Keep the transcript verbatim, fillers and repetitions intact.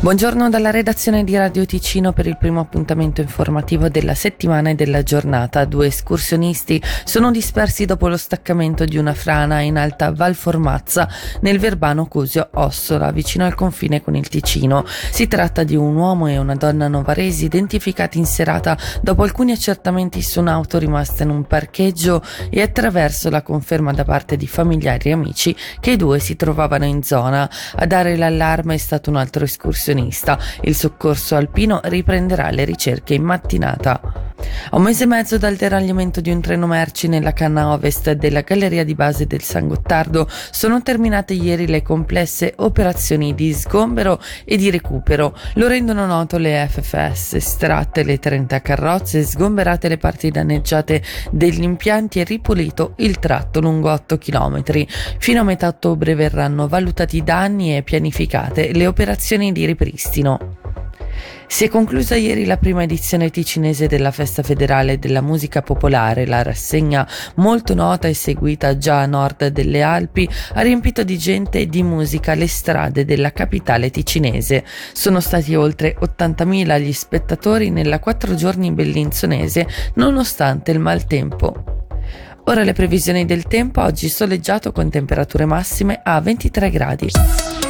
Buongiorno dalla redazione di Radio Ticino per il primo appuntamento informativo della settimana e della giornata. Due escursionisti sono dispersi dopo lo staccamento di una frana in alta Val Formazza nel Verbano Cusio Ossola, vicino al confine con il Ticino. Si tratta di un uomo e una donna novaresi identificati in serata dopo alcuni accertamenti su un'auto rimasta in un parcheggio e attraverso la conferma da parte di familiari e amici che i due si trovavano in zona. A dare l'allarme è stato un altro escursionista. Il soccorso alpino riprenderà le ricerche in mattinata. A un mese e mezzo dal deragliamento di un treno merci nella canna ovest della galleria di base del San Gottardo sono terminate ieri le complesse operazioni di sgombero e di recupero. Lo rendono noto le F F S: estratte le trenta carrozze, sgomberate le parti danneggiate degli impianti e ripulito il tratto lungo otto chilometri. Fino a metà ottobre verranno valutati i danni e pianificate le operazioni di ripristino. Si è conclusa ieri la prima edizione ticinese della Festa Federale della Musica Popolare. La rassegna, molto nota e seguita già a nord delle Alpi, ha riempito di gente e di musica le strade della capitale ticinese. Sono stati oltre ottantamila gli spettatori nella quattro giorni bellinzonese, nonostante il maltempo. Ora le previsioni del tempo: oggi soleggiato con temperature massime a ventitré gradi.